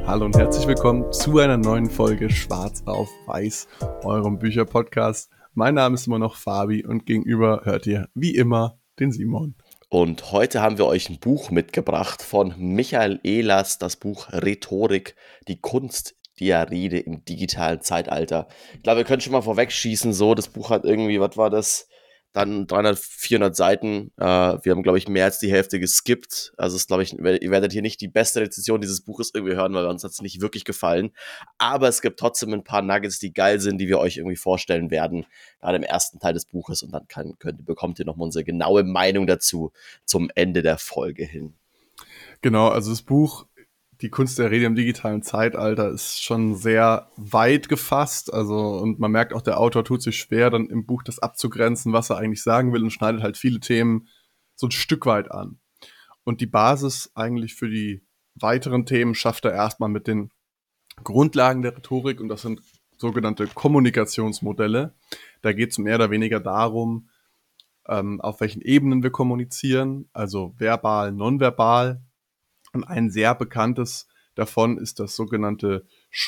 Hallo und herzlich willkommen zu einer neuen Folge Schwarz auf Weiß, eurem Bücherpodcast. Mein Name ist immer noch Fabi und gegenüber hört ihr wie immer den Simon. Und heute haben wir euch ein Buch mitgebracht von Michael Ehlers, das Buch Rhetorik, die Kunst der Rede im digitalen Zeitalter. Ich glaube, wir können schon mal vorwegschießen, so, das Buch hat irgendwie, was war das? Dann 300, 400 Seiten. Wir haben, glaube ich, mehr als die Hälfte geskippt. Also, es glaube ich, ihr werdet hier nicht die beste Rezension dieses Buches irgendwie hören, weil uns hat es nicht wirklich gefallen. Aber es gibt trotzdem ein paar Nuggets, die geil sind, die wir euch irgendwie vorstellen werden, gerade im ersten Teil des Buches. Und dann bekommt ihr nochmal unsere genaue Meinung dazu zum Ende der Folge hin. Genau, also das Buch Die Kunst der Rede im digitalen Zeitalter ist schon sehr weit gefasst. Also, und man merkt auch, der Autor tut sich schwer, dann im Buch das abzugrenzen, was er eigentlich sagen will, und schneidet halt viele Themen so ein Stück weit an. Und die Basis eigentlich für die weiteren Themen schafft er erstmal mit den Grundlagen der Rhetorik, und das sind sogenannte Kommunikationsmodelle. Da geht es mehr oder weniger darum, auf welchen Ebenen wir kommunizieren, also verbal, nonverbal. Und ein sehr bekanntes davon ist das sogenannte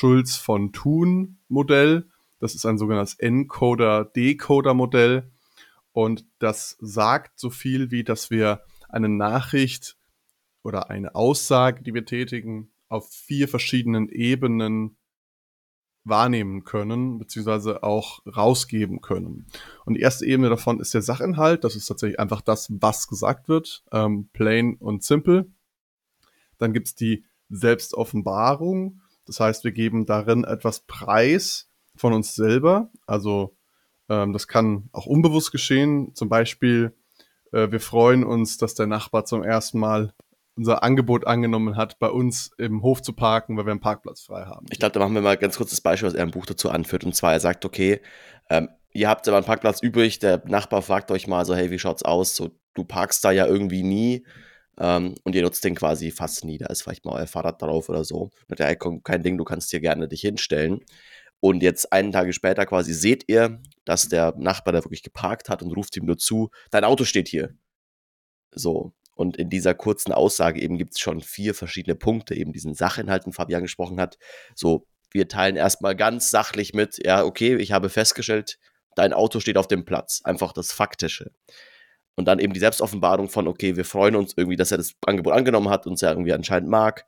Schulz-von-Thun-Modell. Das ist ein sogenanntes Encoder-Decoder-Modell. Und das sagt so viel wie, dass wir eine Nachricht oder eine Aussage, die wir tätigen, auf 4 verschiedenen Ebenen wahrnehmen können, beziehungsweise auch rausgeben können. Und die erste Ebene davon ist der Sachinhalt. Das ist tatsächlich einfach das, was gesagt wird, plain und simple. Dann gibt's die Selbstoffenbarung. Das heißt, wir geben darin etwas preis von uns selber. Also das kann auch unbewusst geschehen. Zum Beispiel, wir freuen uns, dass der Nachbar zum ersten Mal unser Angebot angenommen hat, bei uns im Hof zu parken, weil wir einen Parkplatz frei haben. Ich glaube, da machen wir mal ganz kurz das Beispiel, was er im Buch dazu anführt. Und zwar, er sagt, okay, ihr habt aber einen Parkplatz übrig, der Nachbar fragt euch mal so, hey, wie schaut's aus? So, du parkst da ja irgendwie nie und ihr nutzt den quasi fast nie. Da ist vielleicht mal euer Fahrrad drauf oder so. Und der, hey, komm, kein Ding, du kannst hier gerne dich hinstellen. Und jetzt einen Tag später quasi seht ihr, dass der Nachbar da wirklich geparkt hat und ruft ihm nur zu, dein Auto steht hier. So. Und in dieser kurzen Aussage eben gibt es schon 4 verschiedene Punkte, eben diesen Sachinhalt, den Fabian gesprochen hat. So, wir teilen erstmal ganz sachlich mit, ja, okay, ich habe festgestellt, dein Auto steht auf dem Platz. Einfach das Faktische. Und dann eben die Selbstoffenbarung von, okay, wir freuen uns irgendwie, dass er das Angebot angenommen hat und es ja irgendwie anscheinend mag.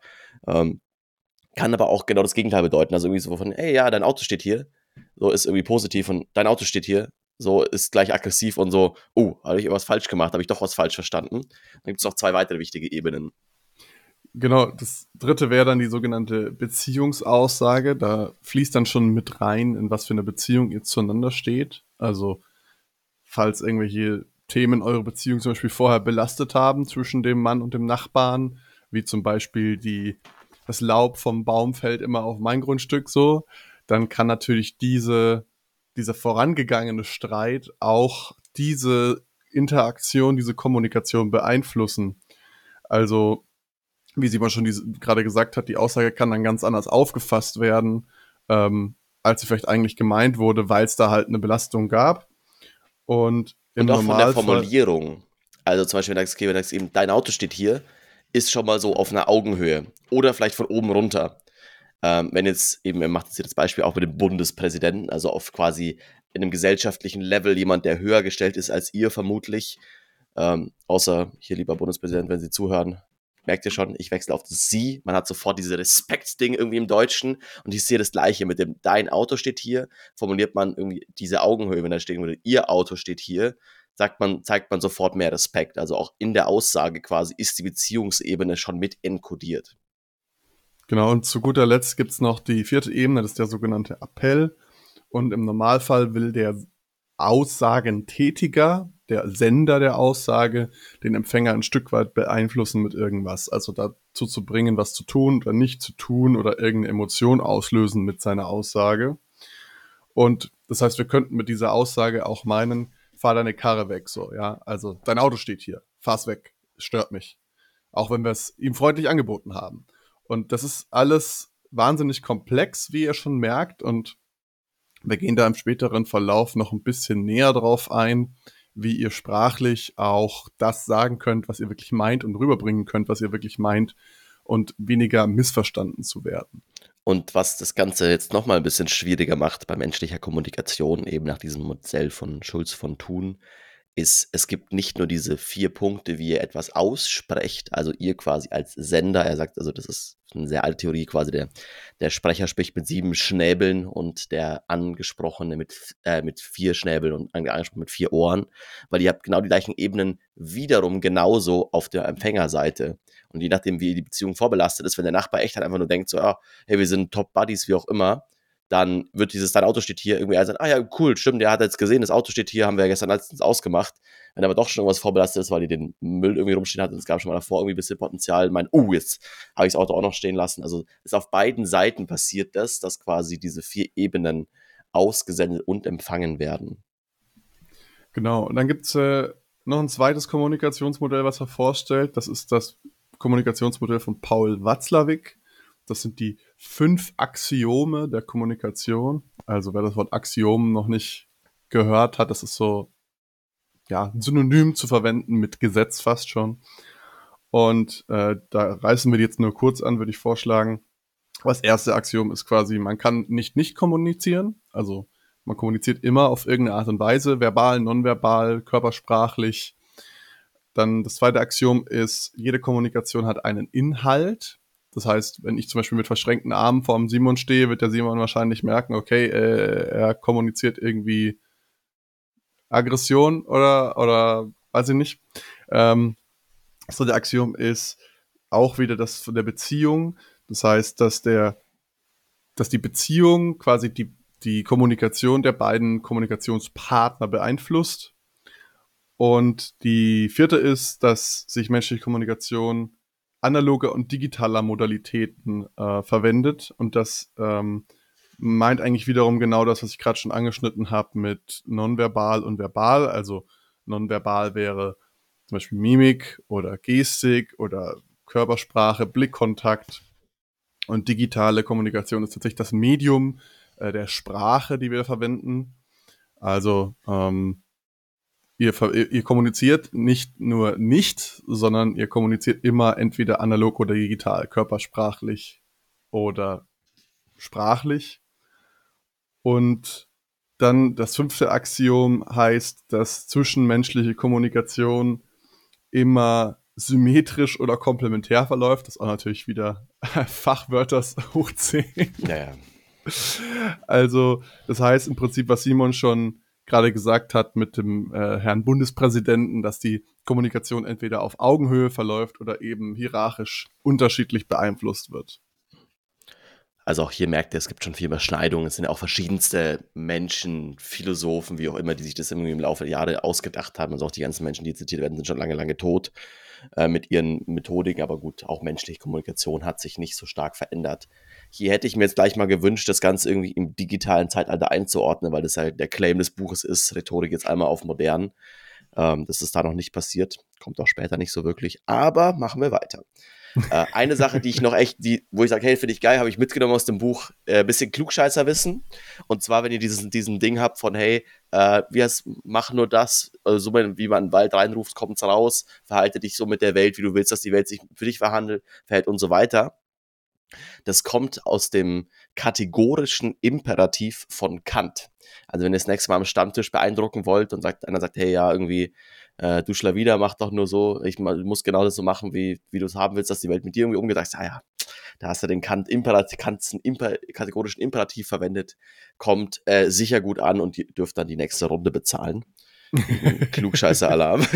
Kann aber auch genau das Gegenteil bedeuten. Also irgendwie so von, ey, ja, dein Auto steht hier. So ist irgendwie positiv und dein Auto steht hier. So ist gleich aggressiv und so, habe ich irgendwas falsch gemacht, habe ich doch was falsch verstanden. Dann gibt es noch 2 weitere wichtige Ebenen. Genau, das dritte wäre dann die sogenannte Beziehungsaussage. Da fließt dann schon mit rein, in was für eine Beziehung ihr zueinander steht. Also, falls irgendwelche Themen eure Beziehung zum Beispiel vorher belastet haben zwischen dem Mann und dem Nachbarn, wie zum Beispiel das Laub vom Baum fällt immer auf mein Grundstück so, dann kann natürlich dieser vorangegangene Streit auch diese Interaktion, diese Kommunikation beeinflussen. Also, wie Simon schon gerade gesagt hat, die Aussage kann dann ganz anders aufgefasst werden, als sie vielleicht eigentlich gemeint wurde, weil es da halt eine Belastung gab. Und im Und auch von der Normalfall, Formulierung. Also zum Beispiel, wenn du sagst, eben, dein Auto steht hier, ist schon mal so auf einer Augenhöhe. Oder vielleicht von oben runter. Wenn jetzt eben, er macht jetzt hier das Beispiel auch mit dem Bundespräsidenten, also auf quasi in einem gesellschaftlichen Level jemand, der höher gestellt ist als ihr vermutlich. Außer hier, lieber Bundespräsident, wenn Sie zuhören, merkt ihr schon, ich wechsle auf das Sie. Man hat sofort diese Respekt-Ding irgendwie im Deutschen. Und ich sehe das Gleiche mit dem dein Auto steht hier, formuliert man irgendwie diese Augenhöhe, wenn da stehen würde, ihr Auto steht hier, zeigt man sofort mehr Respekt. Also auch in der Aussage quasi ist die Beziehungsebene schon mit enkodiert. genau, und zu guter Letzt gibt's noch die 4. Ebene, das ist der sogenannte Appell. Und im Normalfall will der Aussagentätiger, der Sender der Aussage, den Empfänger ein Stück weit beeinflussen mit irgendwas. Also dazu zu bringen, was zu tun oder nicht zu tun oder irgendeine Emotion auslösen mit seiner Aussage. Und das heißt, wir könnten mit dieser Aussage auch meinen, fahr deine Karre weg, so, ja. Also, dein Auto steht hier, fahr's weg, stört mich. Auch wenn wir es ihm freundlich angeboten haben. Und das ist alles wahnsinnig komplex, wie ihr schon merkt. Und wir gehen da im späteren Verlauf noch ein bisschen näher drauf ein, wie ihr sprachlich auch das sagen könnt, was ihr wirklich meint und rüberbringen könnt, was ihr wirklich meint, und weniger missverstanden zu werden. Und was das Ganze jetzt nochmal ein bisschen schwieriger macht bei menschlicher Kommunikation, eben nach diesem Modell von Schulz von Thun, ist, es gibt nicht nur diese 4 Punkte, wie ihr etwas aussprecht, also ihr quasi als Sender, er sagt, also das ist eine sehr alte Theorie, quasi der Sprecher spricht mit 7 Schnäbeln und der Angesprochene mit 4 Schnäbeln und angesprochen mit 4 Ohren, weil ihr habt genau die gleichen Ebenen wiederum genauso auf der Empfängerseite. Und je nachdem, wie die Beziehung vorbelastet ist, wenn der Nachbar echt halt einfach nur denkt, so, ja, hey, wir sind Top-Buddies, wie auch immer, dann wird dein Auto steht hier, irgendwie einer sagt, ah ja, cool, stimmt, der hat jetzt gesehen, das Auto steht hier, haben wir ja gestern letztens ausgemacht. Wenn aber doch schon irgendwas vorbelastet ist, weil die den Müll irgendwie rumstehen hat und es gab schon mal davor irgendwie ein bisschen Potenzial, jetzt habe ich das Auto auch noch stehen lassen. Also ist auf beiden Seiten passiert das, dass quasi diese 4 Ebenen ausgesendet und empfangen werden. Genau, und dann gibt es noch ein zweites Kommunikationsmodell, was er vorstellt. Das ist das Kommunikationsmodell von Paul Watzlawick. Das sind die 5 Axiome der Kommunikation. Also wer das Wort Axiom noch nicht gehört hat, das ist so ja synonym zu verwenden mit Gesetz fast schon. Und da reißen wir die jetzt nur kurz an, würde ich vorschlagen. Das erste Axiom ist quasi, man kann nicht kommunizieren. Also man kommuniziert immer auf irgendeine Art und Weise, verbal, nonverbal, körpersprachlich. Dann das zweite Axiom ist, jede Kommunikation hat einen Inhalt. Das heißt, wenn ich zum Beispiel mit verschränkten Armen vor dem Simon stehe, wird der Simon wahrscheinlich merken, okay, er kommuniziert irgendwie Aggression oder weiß ich nicht. Das dritte Axiom ist auch wieder das von der Beziehung. Das heißt, dass die Beziehung quasi die Kommunikation der beiden Kommunikationspartner beeinflusst. Und die vierte ist, dass sich menschliche Kommunikation analoger und digitaler Modalitäten verwendet. Und das meint eigentlich wiederum genau das, was ich gerade schon angeschnitten habe mit nonverbal und verbal. Also nonverbal wäre zum Beispiel Mimik oder Gestik oder Körpersprache, Blickkontakt. Und digitale Kommunikation ist tatsächlich das Medium der Sprache, die wir verwenden. Also ihr kommuniziert nicht nur nicht, sondern ihr kommuniziert immer entweder analog oder digital, körpersprachlich oder sprachlich. Und dann das 5. Axiom heißt, dass zwischenmenschliche Kommunikation immer symmetrisch oder komplementär verläuft. Das ist auch natürlich wieder Fachwörter hoch 10. Ja. Also, das heißt im Prinzip, was Simon schon gerade gesagt hat mit dem Herrn Bundespräsidenten, dass die Kommunikation entweder auf Augenhöhe verläuft oder eben hierarchisch unterschiedlich beeinflusst wird. Also auch hier merkt ihr, es gibt schon viel Überschneidungen. Es sind ja auch verschiedenste Menschen, Philosophen, wie auch immer, die sich das irgendwie im Laufe der Jahre ausgedacht haben. Also auch die ganzen Menschen, die zitiert werden, sind schon lange, lange tot mit ihren Methodiken. Aber gut, auch menschliche Kommunikation hat sich nicht so stark verändert. Hier hätte ich mir jetzt gleich mal gewünscht, das Ganze irgendwie im digitalen Zeitalter einzuordnen, weil das halt der Claim des Buches ist, Rhetorik jetzt einmal auf modern. Das ist da noch nicht passiert. Kommt auch später nicht so wirklich. Aber machen wir weiter. Eine Sache, die ich noch wo ich sage, hey, finde ich geil, habe ich mitgenommen aus dem Buch, bisschen Klugscheißerwissen. Und zwar, wenn ihr diesen Ding habt von, hey, mach nur das, so wie man in den Wald reinruft, kommt's raus, verhalte dich so mit der Welt, wie du willst, dass die Welt sich für dich verhält und so weiter. Das kommt aus dem kategorischen Imperativ von Kant. Also wenn ihr das nächste Mal am Stammtisch beeindrucken wollt und einer sagt, hey, ja, irgendwie, du Schlawiner, mach doch nur so, du musst genau das so machen, wie du es haben willst, dass die Welt mit dir irgendwie umgeht, sagst, ja, da hast du den Kant's kategorischen Imperativ verwendet, kommt sicher gut an und ihr dürft dann die nächste Runde bezahlen. Klugscheißer-Alarm.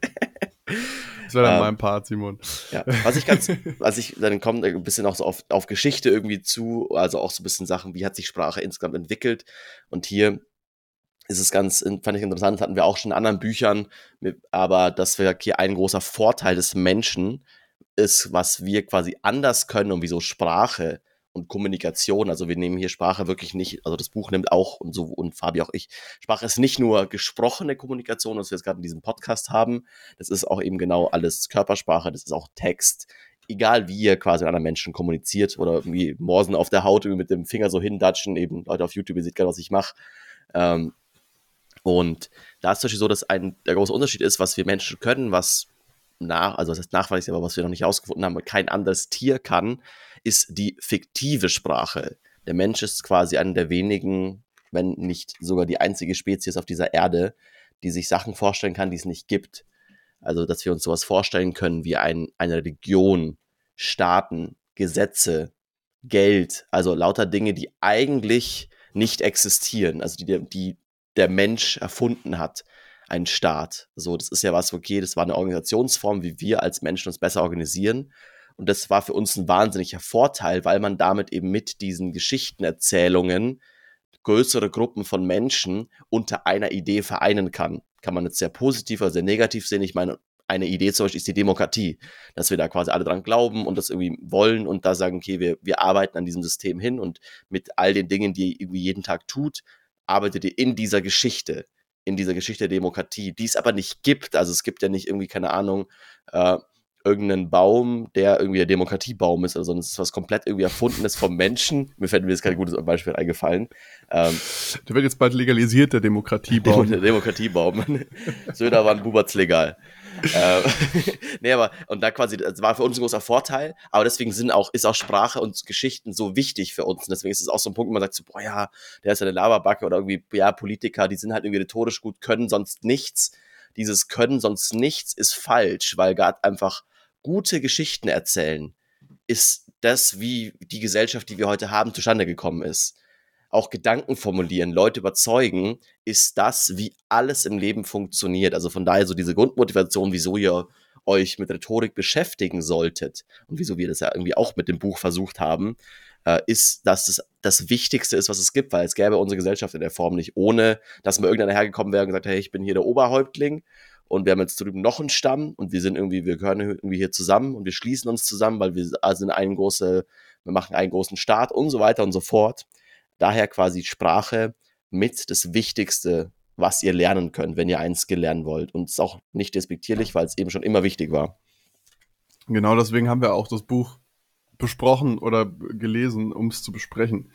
Das wäre dann mein Part, Simon. Ja, dann kommt ein bisschen auch so auf Geschichte irgendwie zu, also auch so ein bisschen Sachen, wie hat sich Sprache insgesamt entwickelt. Und hier ist es fand ich interessant, das hatten wir auch schon in anderen Büchern, aber dass wir hier ein großer Vorteil des Menschen ist, was wir quasi anders können und wieso Sprache und Kommunikation, also wir nehmen hier Sprache wirklich nicht, also das Buch nimmt auch und Fabi auch ich, Sprache ist nicht nur gesprochene Kommunikation, was wir jetzt gerade in diesem Podcast haben, das ist auch eben genau alles Körpersprache, das ist auch Text, egal wie ihr quasi mit anderen Menschen kommuniziert oder irgendwie Morsen auf der Haut irgendwie mit dem Finger so hindatschen, eben Leute auf YouTube, ihr seht gerade, was ich mache. Und da ist zum Beispiel so, dass der große Unterschied ist, was wir Menschen können, was also das heißt nachweislich, aber was wir noch nicht herausgefunden haben, kein anderes Tier kann, ist die fiktive Sprache. Der Mensch ist quasi einer der wenigen, wenn nicht sogar die einzige Spezies auf dieser Erde, die sich Sachen vorstellen kann, die es nicht gibt. Also, dass wir uns sowas vorstellen können wie eine Religion, Staaten, Gesetze, Geld, also lauter Dinge, die eigentlich nicht existieren, also die der Mensch erfunden hat, ein Staat. So, das ist ja was, okay, das war eine Organisationsform, wie wir als Menschen uns besser organisieren. Und das war für uns ein wahnsinniger Vorteil, weil man damit eben mit diesen Geschichtenerzählungen größere Gruppen von Menschen unter einer Idee vereinen kann. Kann man jetzt sehr positiv oder sehr negativ sehen. Ich meine, eine Idee zum Beispiel ist die Demokratie, dass wir da quasi alle dran glauben und das irgendwie wollen und da sagen, okay, wir arbeiten an diesem System hin und mit all den Dingen, die ihr irgendwie jeden Tag tut, arbeitet ihr in dieser Geschichte der Demokratie, die es aber nicht gibt. Also es gibt ja nicht irgendwie, keine Ahnung, irgendeinen Baum, der irgendwie der Demokratiebaum ist, sondern es ist was komplett irgendwie Erfundenes vom Menschen. Mir fällt mir jetzt kein gutes Beispiel eingefallen. Der wird jetzt bald legalisiert, der Demokratiebaum. Der Demokratiebaum. Söder war ein Buberts legal. Nee, aber, und da quasi, das war für uns ein großer Vorteil, aber deswegen ist auch Sprache und Geschichten so wichtig für uns. Und deswegen ist es auch so ein Punkt, wo man sagt so, boah, ja, der ist ja eine Laberbacke oder irgendwie, ja, Politiker, die sind halt irgendwie rhetorisch gut, können sonst nichts. Dieses Können sonst nichts ist falsch, weil gerade einfach gute Geschichten erzählen ist das, wie die Gesellschaft, die wir heute haben, zustande gekommen ist. Auch Gedanken formulieren, Leute überzeugen, ist das, wie alles im Leben funktioniert. Also von daher so diese Grundmotivation, wieso ihr euch mit Rhetorik beschäftigen solltet und wieso wir das ja irgendwie auch mit dem Buch versucht haben, ist, dass es das Wichtigste ist, was es gibt, weil es gäbe unsere Gesellschaft in der Form nicht, ohne dass mal irgendeiner hergekommen wäre und gesagt, hey, ich bin hier der Oberhäuptling und wir haben jetzt drüben noch einen Stamm und wir gehören irgendwie hier zusammen und wir schließen uns zusammen, weil wir machen einen großen Staat und so weiter und so fort. Daher quasi Sprache mit das Wichtigste, was ihr lernen könnt, wenn ihr ein Skill lernen wollt. Und es ist auch nicht despektierlich, weil es eben schon immer wichtig war. Genau deswegen haben wir auch das Buch besprochen oder gelesen, um es zu besprechen.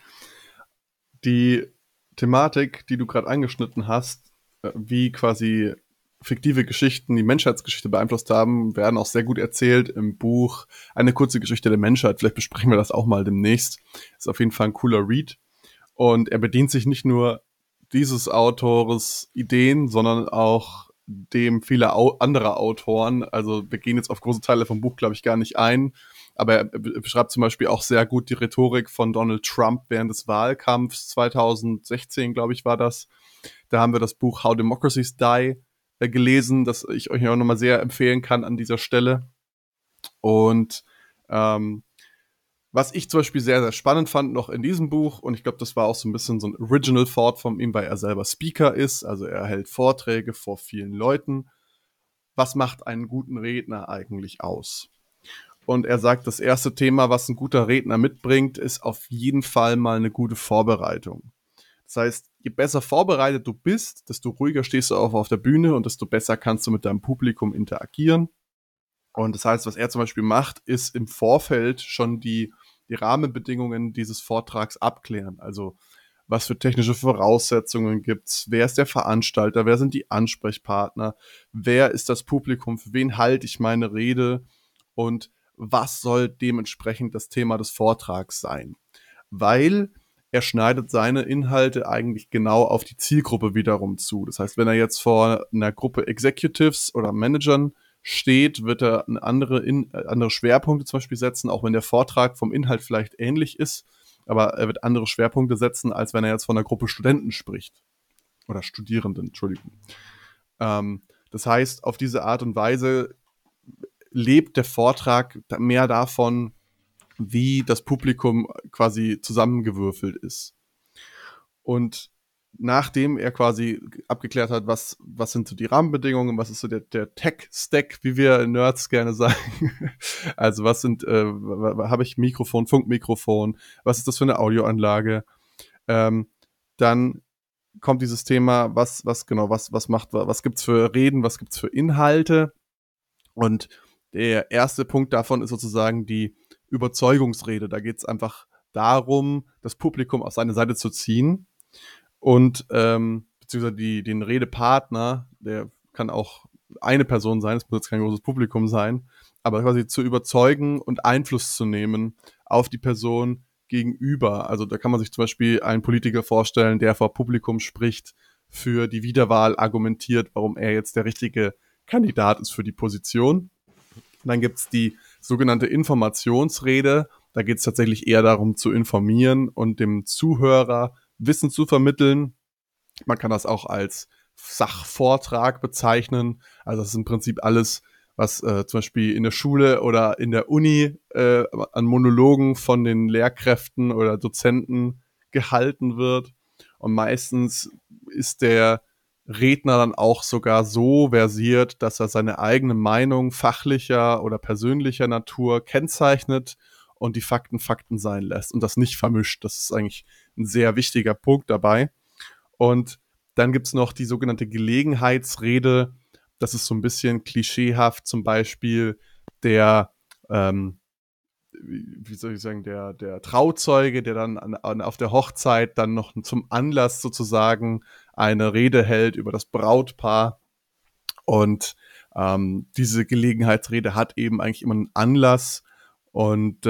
Die Thematik, die du gerade angeschnitten hast, wie quasi fiktive Geschichten die Menschheitsgeschichte beeinflusst haben, werden auch sehr gut erzählt im Buch Eine kurze Geschichte der Menschheit. Vielleicht besprechen wir das auch mal demnächst. Ist auf jeden Fall ein cooler Read. Und er bedient sich nicht nur dieses Autors Ideen, sondern auch dem vieler anderer Autoren. Also wir gehen jetzt auf große Teile vom Buch, glaube ich, gar nicht ein. Aber er beschreibt zum Beispiel auch sehr gut die Rhetorik von Donald Trump während des Wahlkampfs 2016, glaube ich, war das. Da haben wir das Buch How Democracies Die gelesen, das ich euch auch nochmal sehr empfehlen kann an dieser Stelle. Und was ich zum Beispiel sehr, sehr spannend fand noch in diesem Buch, und ich glaube, das war auch so ein bisschen so ein Original Thought von ihm, weil er selber Speaker ist, also er hält Vorträge vor vielen Leuten. Was macht einen guten Redner eigentlich aus? Und er sagt, das erste Thema, was ein guter Redner mitbringt, ist auf jeden Fall mal eine gute Vorbereitung. Das heißt, je besser vorbereitet du bist, desto ruhiger stehst du auch auf der Bühne und desto besser kannst du mit deinem Publikum interagieren. Und das heißt, was er zum Beispiel macht, ist im Vorfeld schon die Rahmenbedingungen dieses Vortrags abklären. Also was für technische Voraussetzungen gibt's, wer ist der Veranstalter, wer sind die Ansprechpartner, wer ist das Publikum, für wen halte ich meine Rede und was soll dementsprechend das Thema des Vortrags sein. Weil er schneidet seine Inhalte eigentlich genau auf die Zielgruppe wiederum zu. Das heißt, wenn er jetzt vor einer Gruppe Executives oder Managern steht, wird er andere Schwerpunkte zum Beispiel setzen, auch wenn der Vortrag vom Inhalt vielleicht ähnlich ist, aber er wird andere Schwerpunkte setzen, als wenn er jetzt von einer Gruppe Studenten spricht. Oder Studierenden, Entschuldigung. Das heißt, auf diese Art und Weise lebt der Vortrag mehr davon, wie das Publikum quasi zusammengewürfelt ist. Und nachdem er quasi abgeklärt hat, was sind so die Rahmenbedingungen, was ist so der Tech-Stack, wie wir Nerds gerne sagen. Also was habe ich Mikrofon, Funkmikrofon, was ist das für eine Audioanlage? Dann kommt dieses Thema, was gibt's für Reden, was gibt's für Inhalte? Und der erste Punkt davon ist sozusagen die Überzeugungsrede. Da geht es einfach darum, das Publikum auf seine Seite zu ziehen und beziehungsweise den Redepartner, der kann auch eine Person sein, es muss jetzt kein großes Publikum sein, aber quasi zu überzeugen und Einfluss zu nehmen auf die Person gegenüber. Also da kann man sich zum Beispiel einen Politiker vorstellen, der vor Publikum spricht, für die Wiederwahl argumentiert, warum er jetzt der richtige Kandidat ist für die Position. Und dann gibt's die sogenannte Informationsrede. Da geht es tatsächlich eher darum zu informieren und dem Zuhörer Wissen zu vermitteln. Man kann das auch als Sachvortrag bezeichnen. Also das ist im Prinzip alles, was zum Beispiel in der Schule oder in der Uni an Monologen von den Lehrkräften oder Dozenten gehalten wird. Und meistens ist der Redner dann auch sogar so versiert, dass er seine eigene Meinung fachlicher oder persönlicher Natur kennzeichnet und die Fakten Fakten sein lässt und das nicht vermischt. Das ist eigentlich ein sehr wichtiger Punkt dabei. Und dann gibt's noch die sogenannte Gelegenheitsrede. Das ist so ein bisschen klischeehaft, zum Beispiel der, wie soll ich sagen, der Trauzeuge, der dann auf der Hochzeit dann noch zum Anlass sozusagen eine Rede hält über das Brautpaar. Und diese Gelegenheitsrede hat eben eigentlich immer einen Anlass und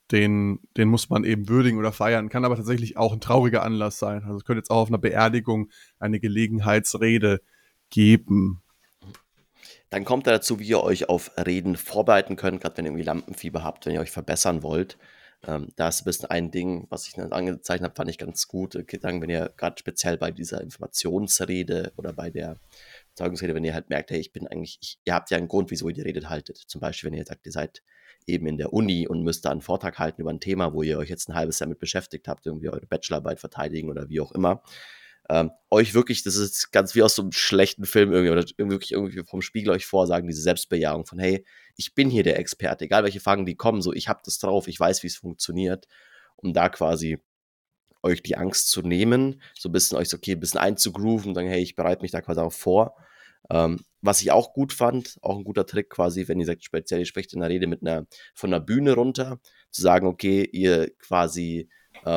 den muss man eben würdigen oder feiern. Kann aber tatsächlich auch ein trauriger Anlass sein. Also es könnte jetzt auch auf einer Beerdigung eine Gelegenheitsrede geben. Dann kommt da dazu, wie ihr euch auf Reden vorbereiten könnt, gerade wenn ihr irgendwie Lampenfieber habt, wenn ihr euch verbessern wollt. Da ist ein bisschen ein Ding, was ich angezeichnet habe, fand ich ganz gut. Okay, sagen, wenn ihr gerade speziell bei dieser Informationsrede oder bei der Zeugungsrede, wenn ihr halt merkt, hey, ihr habt ja einen Grund, wieso ihr die Rede haltet. Zum Beispiel, wenn ihr sagt, ihr seid eben in der Uni und müsst da einen Vortrag halten über ein Thema, wo ihr euch jetzt ein halbes Jahr mit beschäftigt habt, irgendwie eure Bachelorarbeit verteidigen oder wie auch immer. Euch wirklich, das ist ganz wie aus so einem schlechten Film irgendwie, oder irgendwie vom Spiegel euch vorsagen, diese Selbstbejahung von, hey, ich bin hier der Experte, egal welche Fragen die kommen, so, ich habe das drauf, ich weiß, wie es funktioniert, um da quasi euch die Angst zu nehmen, so ein bisschen euch so, okay, ein bisschen einzugrooven, dann, hey, ich bereite mich da quasi auch vor. Was ich auch gut fand, auch ein guter Trick quasi, wenn ihr sagt, speziell, ihr sprecht in der Rede von der Bühne runter, zu sagen, okay, ihr quasi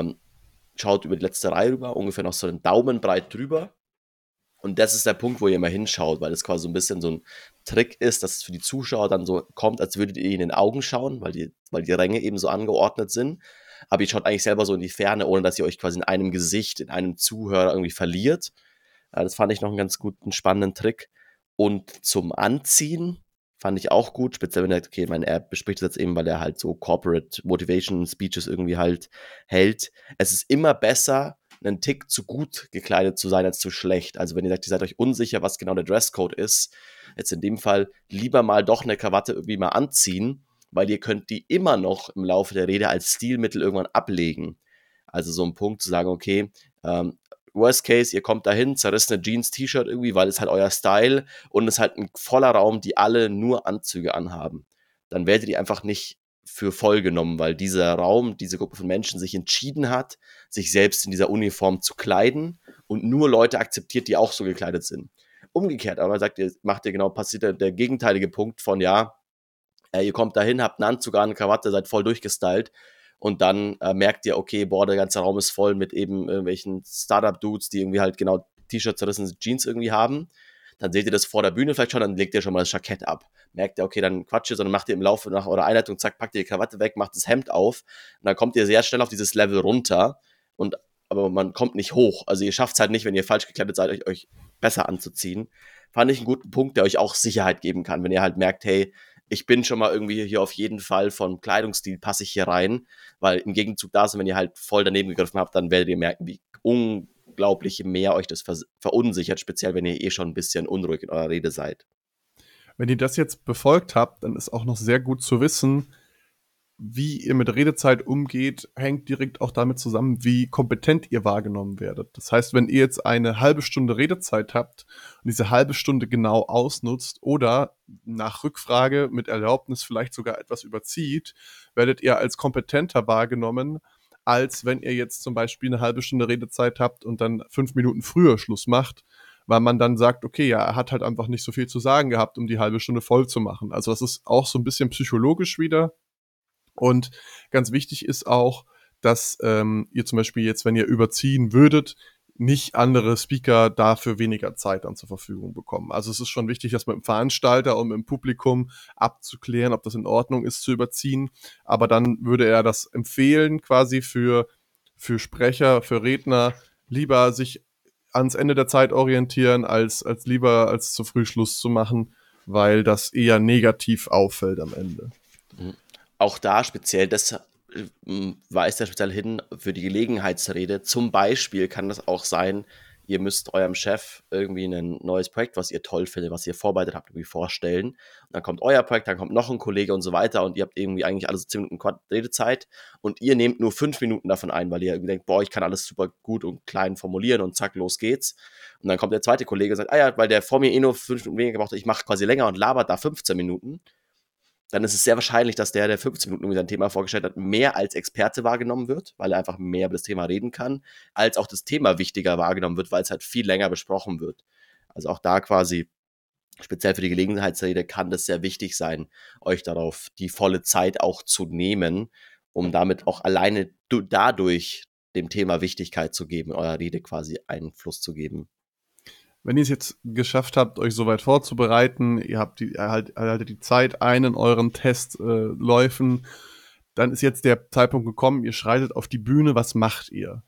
schaut über die letzte Reihe rüber, ungefähr noch so einen Daumen breit drüber. Und das ist der Punkt, wo ihr immer hinschaut, weil das quasi so ein bisschen so ein Trick ist, dass es für die Zuschauer dann so kommt, als würdet ihr in den Augen schauen, weil die Ränge eben so angeordnet sind. Aber ihr schaut eigentlich selber so in die Ferne, ohne dass ihr euch quasi in einem Gesicht, in einem Zuhörer irgendwie verliert. Das fand ich noch einen ganz guten, spannenden Trick. Und zum Anziehen fand ich auch gut, speziell wenn er, okay, er bespricht das jetzt eben, weil er halt so Corporate Motivation Speeches irgendwie halt hält. Es ist immer besser, einen Tick zu gut gekleidet zu sein als zu schlecht. Also wenn ihr sagt, ihr seid euch unsicher, was genau der Dresscode ist, jetzt in dem Fall lieber mal doch eine Krawatte irgendwie mal anziehen, weil ihr könnt die immer noch im Laufe der Rede als Stilmittel irgendwann ablegen. Also so ein Punkt zu sagen, okay, Worst Case, ihr kommt dahin, zerrissene Jeans, T-Shirt irgendwie, weil es halt euer Style und es ist halt ein voller Raum, die alle nur Anzüge anhaben. Dann werdet ihr einfach nicht für voll genommen, weil dieser Raum, diese Gruppe von Menschen sich entschieden hat, sich selbst in dieser Uniform zu kleiden und nur Leute akzeptiert, die auch so gekleidet sind. Umgekehrt, aber passiert der gegenteilige Punkt von, ja, ihr kommt dahin, habt einen Anzug an, eine Krawatte, seid voll durchgestylt und dann merkt ihr, okay, boah, der ganze Raum ist voll mit eben irgendwelchen Startup-Dudes, die irgendwie halt genau T-Shirts, zerrissene Jeans irgendwie haben. Dann seht ihr das vor der Bühne vielleicht schon, dann legt ihr schon mal das Jackett ab. Merkt ihr, okay, dann quatscht ihr, sondern macht ihr im Laufe nach eurer Einleitung, zack, packt ihr die Krawatte weg, macht das Hemd auf und dann kommt ihr sehr schnell auf dieses Level runter aber man kommt nicht hoch. Also ihr schafft es halt nicht, wenn ihr falsch gekleidet seid, euch besser anzuziehen. Fand ich einen guten Punkt, der euch auch Sicherheit geben kann, wenn ihr halt merkt, hey, ich bin schon mal irgendwie hier auf jeden Fall vom Kleidungsstil passe ich hier rein, weil im Gegenzug dazu, wenn ihr halt voll daneben gegriffen habt, dann werdet ihr merken, wie unglaublich mehr euch das verunsichert, speziell wenn ihr schon ein bisschen unruhig in eurer Rede seid. Wenn ihr das jetzt befolgt habt, dann ist auch noch sehr gut zu wissen, wie ihr mit Redezeit umgeht, hängt direkt auch damit zusammen, wie kompetent ihr wahrgenommen werdet. Das heißt, wenn ihr jetzt eine halbe Stunde Redezeit habt und diese halbe Stunde genau ausnutzt oder nach Rückfrage mit Erlaubnis vielleicht sogar etwas überzieht, werdet ihr als kompetenter wahrgenommen, als wenn ihr jetzt zum Beispiel eine halbe Stunde Redezeit habt und dann 5 Minuten früher Schluss macht, weil man dann sagt, okay, ja, er hat halt einfach nicht so viel zu sagen gehabt, um die halbe Stunde voll zu machen. Also das ist auch so ein bisschen psychologisch wieder. Und ganz wichtig ist auch, dass ihr zum Beispiel jetzt, wenn ihr überziehen würdet, nicht andere Speaker dafür weniger Zeit dann zur Verfügung bekommen. Also es ist schon wichtig, das mit dem Veranstalter und mit dem Publikum abzuklären, ob das in Ordnung ist zu überziehen. Aber dann würde er das empfehlen, quasi für Sprecher, für Redner, lieber sich ans Ende der Zeit orientieren, als lieber als zu früh Schluss zu machen, weil das eher negativ auffällt am Ende. Auch da speziell, das weist er speziell hin für die Gelegenheitsrede. Zum Beispiel kann das auch sein, ihr müsst eurem Chef irgendwie ein neues Projekt, was ihr toll findet, was ihr vorbereitet habt, irgendwie vorstellen. Und dann kommt euer Projekt, dann kommt noch ein Kollege und so weiter und ihr habt irgendwie eigentlich alles 10 Minuten Redezeit und ihr nehmt nur 5 Minuten davon ein, weil ihr irgendwie denkt, boah, ich kann alles super gut und klein formulieren und zack, los geht's. Und dann kommt der zweite Kollege und sagt, ah ja, weil der vor mir eh nur 5 Minuten weniger gebraucht hat, ich mache quasi länger und labert da 15 Minuten. Dann ist es sehr wahrscheinlich, dass der 15 Minuten irgendwie sein Thema vorgestellt hat, mehr als Experte wahrgenommen wird, weil er einfach mehr über das Thema reden kann, als auch das Thema wichtiger wahrgenommen wird, weil es halt viel länger besprochen wird. Also auch da quasi, speziell für die Gelegenheitsrede, kann das sehr wichtig sein, euch darauf die volle Zeit auch zu nehmen, um damit auch alleine dadurch dem Thema Wichtigkeit zu geben, eurer Rede quasi Einfluss zu geben. Wenn ihr es jetzt geschafft habt, euch soweit vorzubereiten, ihr erhaltet die Zeit ein in euren Testläufen, dann ist jetzt der Zeitpunkt gekommen, ihr schreitet auf die Bühne, was macht ihr?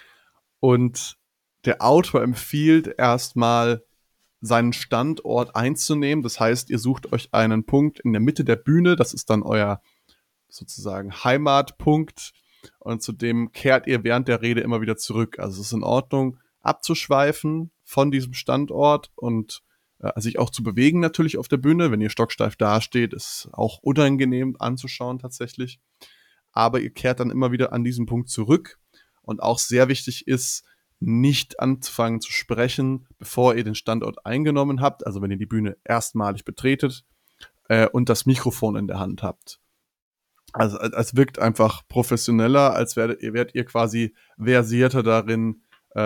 Und der Autor empfiehlt erstmal, seinen Standort einzunehmen. Das heißt, ihr sucht euch einen Punkt in der Mitte der Bühne, das ist dann euer sozusagen Heimatpunkt und zu dem kehrt ihr während der Rede immer wieder zurück. Also es ist in Ordnung, abzuschweifen von diesem Standort und sich auch zu bewegen natürlich auf der Bühne. Wenn ihr stocksteif dasteht, ist auch unangenehm anzuschauen tatsächlich. Aber ihr kehrt dann immer wieder an diesen Punkt zurück. Und auch sehr wichtig ist, nicht anzufangen zu sprechen, bevor ihr den Standort eingenommen habt. Also wenn ihr die Bühne erstmalig betretet und das Mikrofon in der Hand habt. Also es wirkt einfach professioneller, als wärt ihr quasi versierter darin,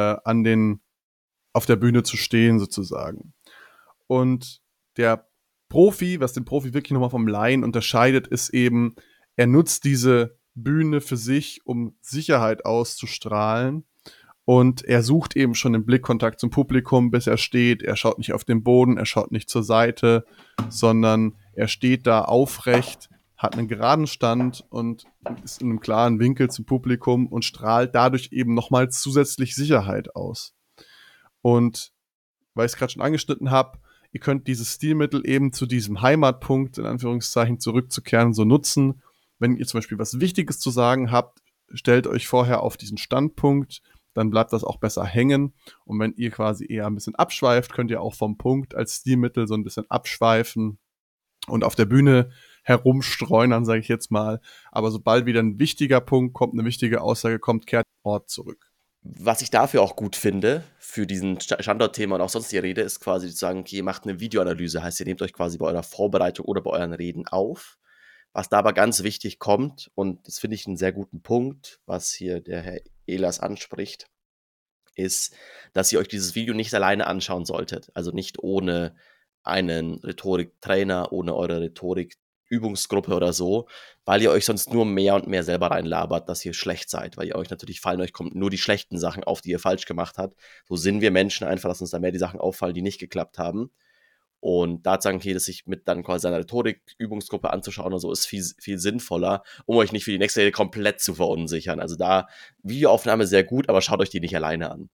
auf der Bühne zu stehen sozusagen. Und der Profi, was den Profi wirklich nochmal vom Laien unterscheidet, ist eben, er nutzt diese Bühne für sich, um Sicherheit auszustrahlen. Und er sucht eben schon den Blickkontakt zum Publikum, bis er steht. Er schaut nicht auf den Boden, er schaut nicht zur Seite, sondern er steht da aufrecht, hat einen geraden Stand und ist in einem klaren Winkel zum Publikum und strahlt dadurch eben nochmal zusätzlich Sicherheit aus. Und weil ich es gerade schon angeschnitten habe, ihr könnt dieses Stilmittel eben zu diesem Heimatpunkt, in Anführungszeichen, zurückzukehren, so nutzen. Wenn ihr zum Beispiel was Wichtiges zu sagen habt, stellt euch vorher auf diesen Standpunkt, dann bleibt das auch besser hängen. Und wenn ihr quasi eher ein bisschen abschweift, könnt ihr auch vom Punkt als Stilmittel so ein bisschen abschweifen und auf der Bühne herumstreunern, sage ich jetzt mal. Aber sobald wieder ein wichtiger Punkt kommt, eine wichtige Aussage kommt, kehrt der Ort zurück. Was ich dafür auch gut finde, für diesen Standortthema und auch sonst die Rede, ist quasi zu sagen, okay, ihr macht eine Videoanalyse, heißt, ihr nehmt euch quasi bei eurer Vorbereitung oder bei euren Reden auf. Was da aber ganz wichtig kommt, und das finde ich einen sehr guten Punkt, was hier der Herr Ehlers anspricht, ist, dass ihr euch dieses Video nicht alleine anschauen solltet. Also nicht ohne einen Rhetoriktrainer, ohne eure Rhetorikübungsgruppe oder so, weil ihr euch sonst nur mehr und mehr selber reinlabert, dass ihr schlecht seid, weil ihr euch natürlich euch kommen nur die schlechten Sachen auf, die ihr falsch gemacht habt. So sind wir Menschen einfach, dass uns da mehr die Sachen auffallen, die nicht geklappt haben. Und da zu sagen, okay, das sich mit dann quasi seiner Rhetorik-Übungsgruppe anzuschauen und so, ist viel, viel sinnvoller, um euch nicht für die nächste Rede komplett zu verunsichern. Also da, Videoaufnahme sehr gut, aber schaut euch die nicht alleine an.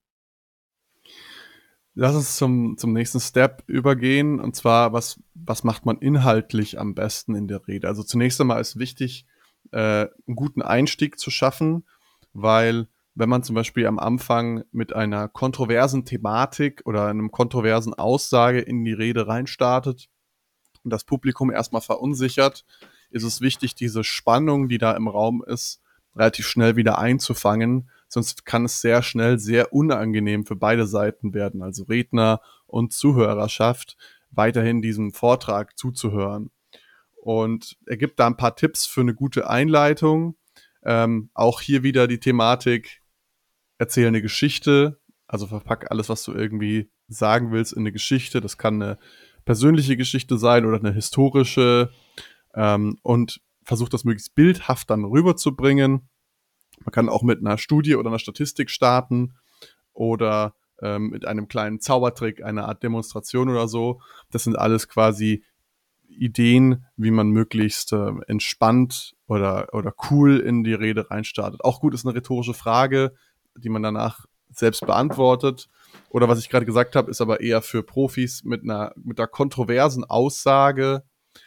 Lass uns zum nächsten Step übergehen. Und zwar, was macht man inhaltlich am besten in der Rede? Also zunächst einmal ist wichtig, einen guten Einstieg zu schaffen, weil wenn man zum Beispiel am Anfang mit einer kontroversen Thematik oder einem kontroversen Aussage in die Rede reinstartet und das Publikum erstmal verunsichert, ist es wichtig, diese Spannung, die da im Raum ist, relativ schnell wieder einzufangen. Sonst kann es sehr schnell sehr unangenehm für beide Seiten werden, also Redner und Zuhörerschaft, weiterhin diesem Vortrag zuzuhören. Und er gibt da ein paar Tipps für eine gute Einleitung. Auch hier wieder die Thematik, erzähle eine Geschichte, also verpack alles, was du irgendwie sagen willst, in eine Geschichte. Das kann eine persönliche Geschichte sein oder eine historische, und versuch das möglichst bildhaft dann rüberzubringen. Man kann auch mit einer Studie oder einer Statistik starten oder mit einem kleinen Zaubertrick, eine Art Demonstration oder so. Das sind alles quasi Ideen, wie man möglichst entspannt oder cool in die Rede reinstartet. Auch gut ist eine rhetorische Frage, die man danach selbst beantwortet. Oder was ich gerade gesagt habe, ist aber eher für Profis mit einer kontroversen Aussage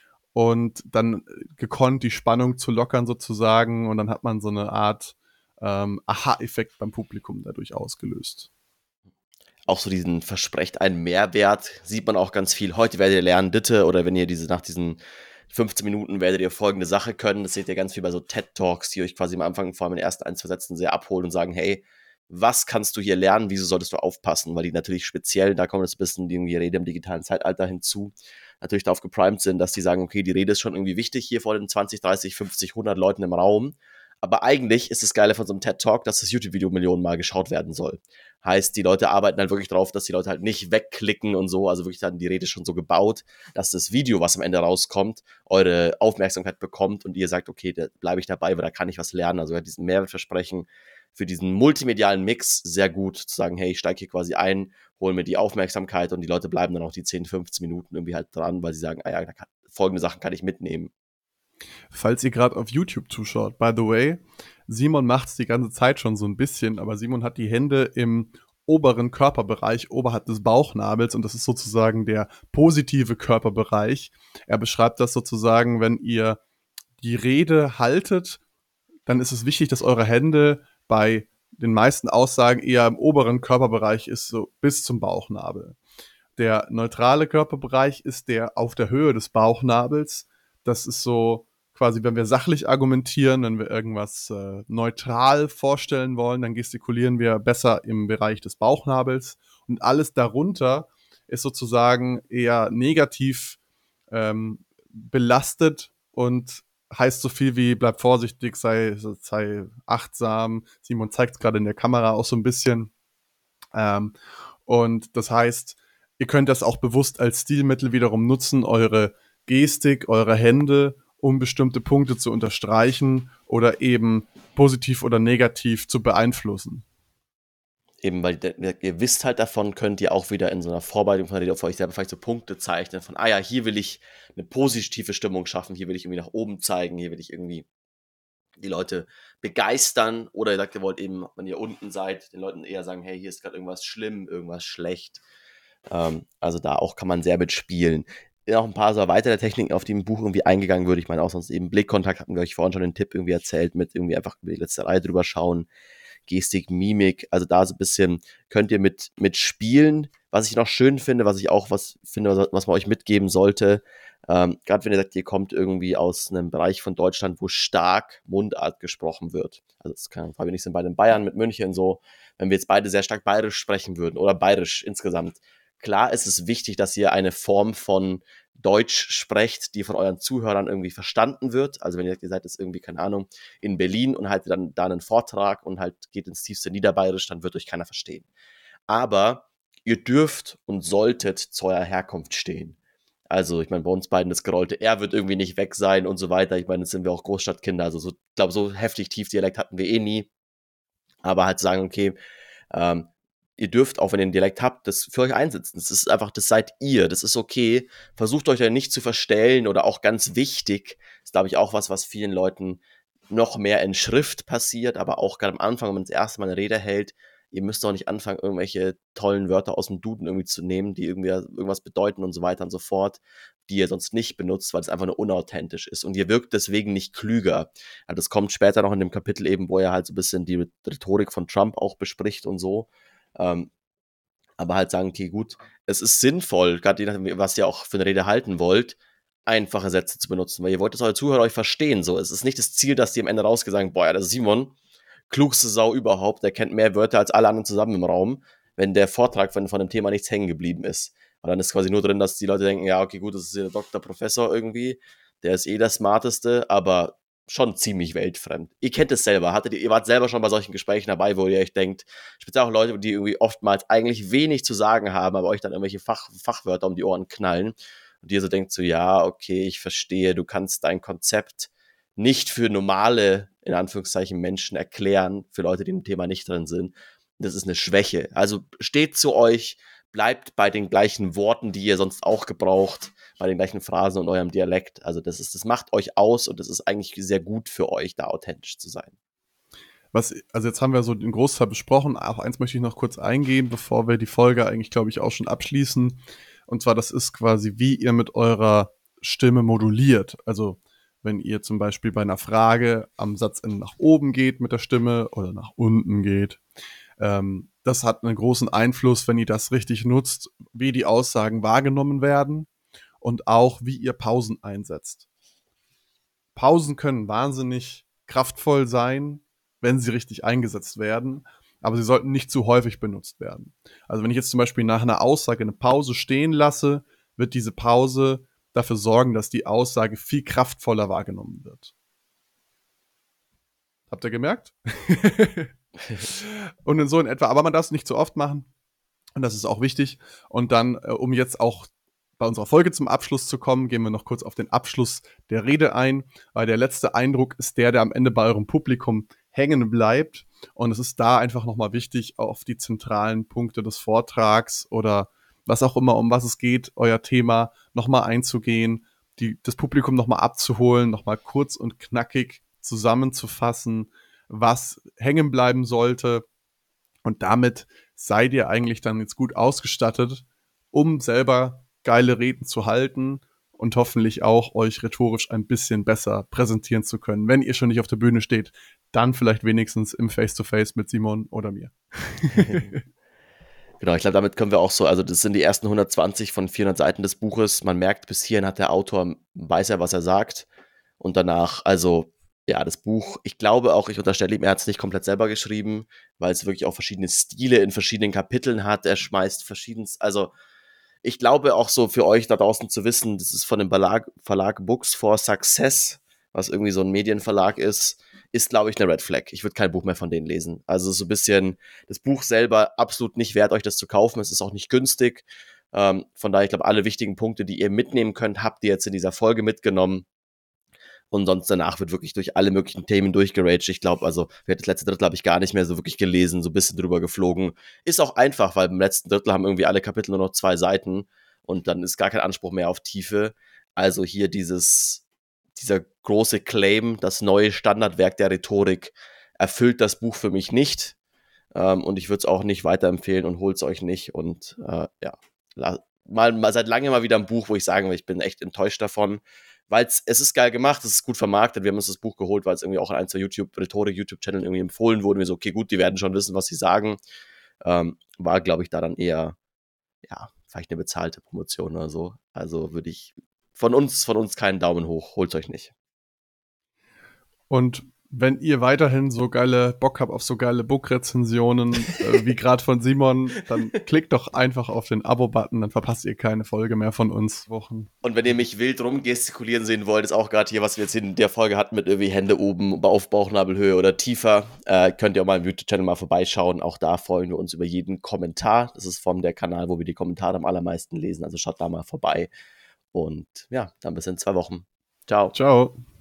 und dann gekonnt die Spannung zu lockern sozusagen und dann hat man so eine Art Aha-Effekt beim Publikum dadurch ausgelöst. Auch so diesen versprecht einen Mehrwert, sieht man auch ganz viel. Heute werdet ihr lernen, Ditte, oder wenn ihr nach diesen 15 Minuten werdet ihr folgende Sache können. Das seht ihr ganz viel bei so TED-Talks, die euch quasi am Anfang vor allem in den ersten 1, 2 Sätzen sehr abholen und sagen, hey, was kannst du hier lernen, wieso solltest du aufpassen? Weil die natürlich speziell, da kommt jetzt ein bisschen die Rede im digitalen Zeitalter hinzu, natürlich darauf geprimed sind, dass die sagen, okay, die Rede ist schon irgendwie wichtig hier vor den 20, 30, 50, 100 Leuten im Raum. Aber eigentlich ist das Geile von so einem TED-Talk, dass das YouTube-Video Millionenmal geschaut werden soll. Heißt, die Leute arbeiten halt wirklich drauf, dass die Leute halt nicht wegklicken und so. Also wirklich dann die Rede schon so gebaut, dass das Video, was am Ende rauskommt, eure Aufmerksamkeit bekommt und ihr sagt, okay, da bleibe ich dabei, weil da kann ich was lernen. Also diesen Mehrwertversprechen für diesen multimedialen Mix sehr gut zu sagen, hey, ich steige hier quasi ein, hole mir die Aufmerksamkeit und die Leute bleiben dann auch die 10, 15 Minuten irgendwie halt dran, weil sie sagen, ah ja, folgende Sachen kann ich mitnehmen. Falls ihr gerade auf YouTube zuschaut, by the way, Simon macht es die ganze Zeit schon so ein bisschen, aber Simon hat die Hände im oberen Körperbereich, oberhalb des Bauchnabels und das ist sozusagen der positive Körperbereich. Er beschreibt das sozusagen, wenn ihr die Rede haltet, dann ist es wichtig, dass eure Hände bei den meisten Aussagen eher im oberen Körperbereich ist, so bis zum Bauchnabel. Der neutrale Körperbereich ist der auf der Höhe des Bauchnabels. Das ist so quasi, wenn wir sachlich argumentieren, wenn wir irgendwas neutral vorstellen wollen, dann gestikulieren wir besser im Bereich des Bauchnabels. Und alles darunter ist sozusagen eher negativ belastet und heißt so viel wie bleib vorsichtig, sei achtsam. Simon zeigt es gerade in der Kamera auch so ein bisschen. Und das heißt, ihr könnt das auch bewusst als Stilmittel wiederum nutzen, eure Gestik, eure Hände, um bestimmte Punkte zu unterstreichen oder eben positiv oder negativ zu beeinflussen. Eben, weil ihr wisst halt davon, könnt ihr auch wieder in so einer Vorbereitung von der Rede für euch selber vielleicht so Punkte zeichnen von, ah ja, hier will ich eine positive Stimmung schaffen, hier will ich irgendwie nach oben zeigen, hier will ich irgendwie die Leute begeistern oder ihr sagt, ihr wollt eben, wenn ihr unten seid, den Leuten eher sagen, hey, hier ist gerade irgendwas schlimm, irgendwas schlecht. Also da auch kann man sehr mitspielen. Noch ein paar so weitere Techniken, auf die im Buch irgendwie eingegangen würde. Ich meine auch sonst eben Blickkontakt, hatten wir euch vorhin schon den Tipp irgendwie erzählt, mit irgendwie einfach über die letzte Reihe drüber schauen. Gestik, Mimik, also da so ein bisschen könnt ihr mit spielen. Was ich noch schön finde, was ich auch was finde, was man euch mitgeben sollte, gerade wenn ihr sagt, ihr kommt irgendwie aus einem Bereich von Deutschland, wo stark Mundart gesprochen wird. Also das kann Fabian und ich sind beide in Bayern mit München so, wenn wir jetzt beide sehr stark bayerisch sprechen würden oder bayerisch insgesamt. Klar ist es wichtig, dass ihr eine Form von Deutsch sprecht, die von euren Zuhörern irgendwie verstanden wird. Also wenn ihr seid jetzt irgendwie, keine Ahnung, in Berlin und haltet dann da einen Vortrag und halt geht ins tiefste Niederbayerisch, dann wird euch keiner verstehen. Aber ihr dürft und solltet zu eurer Herkunft stehen. Also, ich meine, bei uns beiden das gerollte R wird irgendwie nicht weg sein und so weiter. Ich meine, jetzt sind wir auch Großstadtkinder. Also, ich glaube, so heftig Tiefdialekt hatten wir eh nie. Aber halt sagen, okay, ähm, ihr dürft, auch wenn ihr einen Dialekt habt, das für euch einsetzen. Das ist einfach, das seid ihr, das ist okay. Versucht euch ja nicht zu verstellen oder auch ganz wichtig, ist, glaube ich, auch was vielen Leuten noch mehr in Schrift passiert, aber auch gerade am Anfang, wenn man das erste Mal eine Rede hält, ihr müsst doch nicht anfangen, irgendwelche tollen Wörter aus dem Duden irgendwie zu nehmen, die irgendwie irgendwas bedeuten und so weiter und so fort, die ihr sonst nicht benutzt, weil es einfach nur unauthentisch ist. Und ihr wirkt deswegen nicht klüger. Also das kommt später noch in dem Kapitel eben, wo er halt so ein bisschen die Rhetorik von Trump auch bespricht und so. Ähm, aber halt sagen, okay, gut, es ist sinnvoll, gerade je nachdem, was ihr auch für eine Rede halten wollt, einfache Sätze zu benutzen, weil ihr wollt, dass eure Zuhörer euch verstehen. So, es ist nicht das Ziel, dass die am Ende rausgesagt, boah, ja, das ist Simon, klugste Sau überhaupt, der kennt mehr Wörter als alle anderen zusammen im Raum, wenn der Vortrag von dem Thema nichts hängen geblieben ist. Und dann ist quasi nur drin, dass die Leute denken, ja, okay, gut, das ist der Doktor, Professor irgendwie, der ist eh der Smarteste, aber schon ziemlich weltfremd. Ihr kennt es selber, ihr wart selber schon bei solchen Gesprächen dabei, wo ihr euch denkt, speziell auch Leute, die irgendwie oftmals eigentlich wenig zu sagen haben, aber euch dann irgendwelche Fachwörter um die Ohren knallen und ihr so denkt so, ja, okay, ich verstehe, du kannst dein Konzept nicht für normale, in Anführungszeichen, Menschen erklären, für Leute, die im Thema nicht drin sind. Das ist eine Schwäche. Also steht zu euch, bleibt bei den gleichen Worten, die ihr sonst auch gebraucht, bei den gleichen Phrasen und eurem Dialekt. Also das macht euch aus und das ist eigentlich sehr gut für euch, da authentisch zu sein. Also jetzt haben wir so den Großteil besprochen. Auch eins möchte ich noch kurz eingehen, bevor wir die Folge eigentlich, glaube ich, auch schon abschließen. Und zwar, das ist quasi, wie ihr mit eurer Stimme moduliert. Also wenn ihr zum Beispiel bei einer Frage am Satzende nach oben geht mit der Stimme oder nach unten geht. Das hat einen großen Einfluss, wenn ihr das richtig nutzt, wie die Aussagen wahrgenommen werden und auch, wie ihr Pausen einsetzt. Pausen können wahnsinnig kraftvoll sein, wenn sie richtig eingesetzt werden, aber sie sollten nicht zu häufig benutzt werden. Also wenn ich jetzt zum Beispiel nach einer Aussage eine Pause stehen lasse, wird diese Pause dafür sorgen, dass die Aussage viel kraftvoller wahrgenommen wird. Habt ihr gemerkt? Und in so in etwa, aber man darf es nicht zu oft machen. Und das ist auch wichtig. Und dann, um jetzt auch bei unserer Folge zum Abschluss zu kommen, gehen wir noch kurz auf den Abschluss der Rede ein, weil der letzte Eindruck ist der am Ende bei eurem Publikum hängen bleibt. Und es ist da einfach nochmal wichtig, auf die zentralen Punkte des Vortrags oder was auch immer, um was es geht, euer Thema nochmal einzugehen, das Publikum nochmal abzuholen, nochmal kurz und knackig zusammenzufassen, was hängen bleiben sollte. Und damit seid ihr eigentlich dann jetzt gut ausgestattet, um selber geile Reden zu halten und hoffentlich auch euch rhetorisch ein bisschen besser präsentieren zu können. Wenn ihr schon nicht auf der Bühne steht, dann vielleicht wenigstens im Face-to-Face mit Simon oder mir. Genau, ich glaube, damit können wir auch so, also das sind die ersten 120 von 400 Seiten des Buches. Man merkt, bis hierhin hat der Autor, weiß er, was er sagt. Und danach, also ja, das Buch, ich glaube auch, ich unterstelle ihm, er hat es nicht komplett selber geschrieben, weil es wirklich auch verschiedene Stile in verschiedenen Kapiteln hat. Er schmeißt verschiedenes, also ich glaube auch so für euch da draußen zu wissen, das ist von dem Verlag Books for Success, was irgendwie so ein Medienverlag ist, glaube ich, eine Red Flag. Ich würde kein Buch mehr von denen lesen. Also so ein bisschen das Buch selber absolut nicht wert, euch das zu kaufen. Es ist auch nicht günstig. Von daher, ich glaube, alle wichtigen Punkte, die ihr mitnehmen könnt, habt ihr jetzt in dieser Folge mitgenommen. Und sonst danach wird wirklich durch alle möglichen Themen durchgeraged. Ich glaube, also das letzte Drittel habe ich gar nicht mehr so wirklich gelesen, so ein bisschen drüber geflogen. Ist auch einfach, weil im letzten Drittel haben irgendwie alle Kapitel nur noch 2 Seiten und dann ist gar kein Anspruch mehr auf Tiefe. Also hier dieser große Claim, das neue Standardwerk der Rhetorik, erfüllt das Buch für mich nicht. Und ich würde es auch nicht weiterempfehlen und holt es euch nicht. Und ja, mal seit langem mal wieder ein Buch, wo ich sagen will, ich bin echt enttäuscht davon. Weil es ist geil gemacht, es ist gut vermarktet. Wir haben uns das Buch geholt, weil es irgendwie auch in ein, zwei Rhetorik-YouTube-Channeln irgendwie empfohlen wurde. Wir so, okay, gut, die werden schon wissen, was sie sagen. War, glaube ich, da dann eher, ja, vielleicht eine bezahlte Promotion oder so. Also würde ich von uns keinen Daumen hoch. Holt euch nicht. Und wenn ihr weiterhin so geile Bock habt auf so geile Book-Rezensionen wie gerade von Simon, dann klickt doch einfach auf den Abo-Button, dann verpasst ihr keine Folge mehr von uns Wochen. Und wenn ihr mich wild rumgestikulieren sehen wollt, ist auch gerade hier, was wir jetzt in der Folge hatten mit irgendwie Hände oben auf Bauchnabelhöhe oder tiefer, könnt ihr auch mal im YouTube-Channel mal vorbeischauen. Auch da freuen wir uns über jeden Kommentar. Das ist der Kanal, wo wir die Kommentare am allermeisten lesen. Also schaut da mal vorbei. Und ja, dann bis in 2 Wochen. Ciao. Ciao.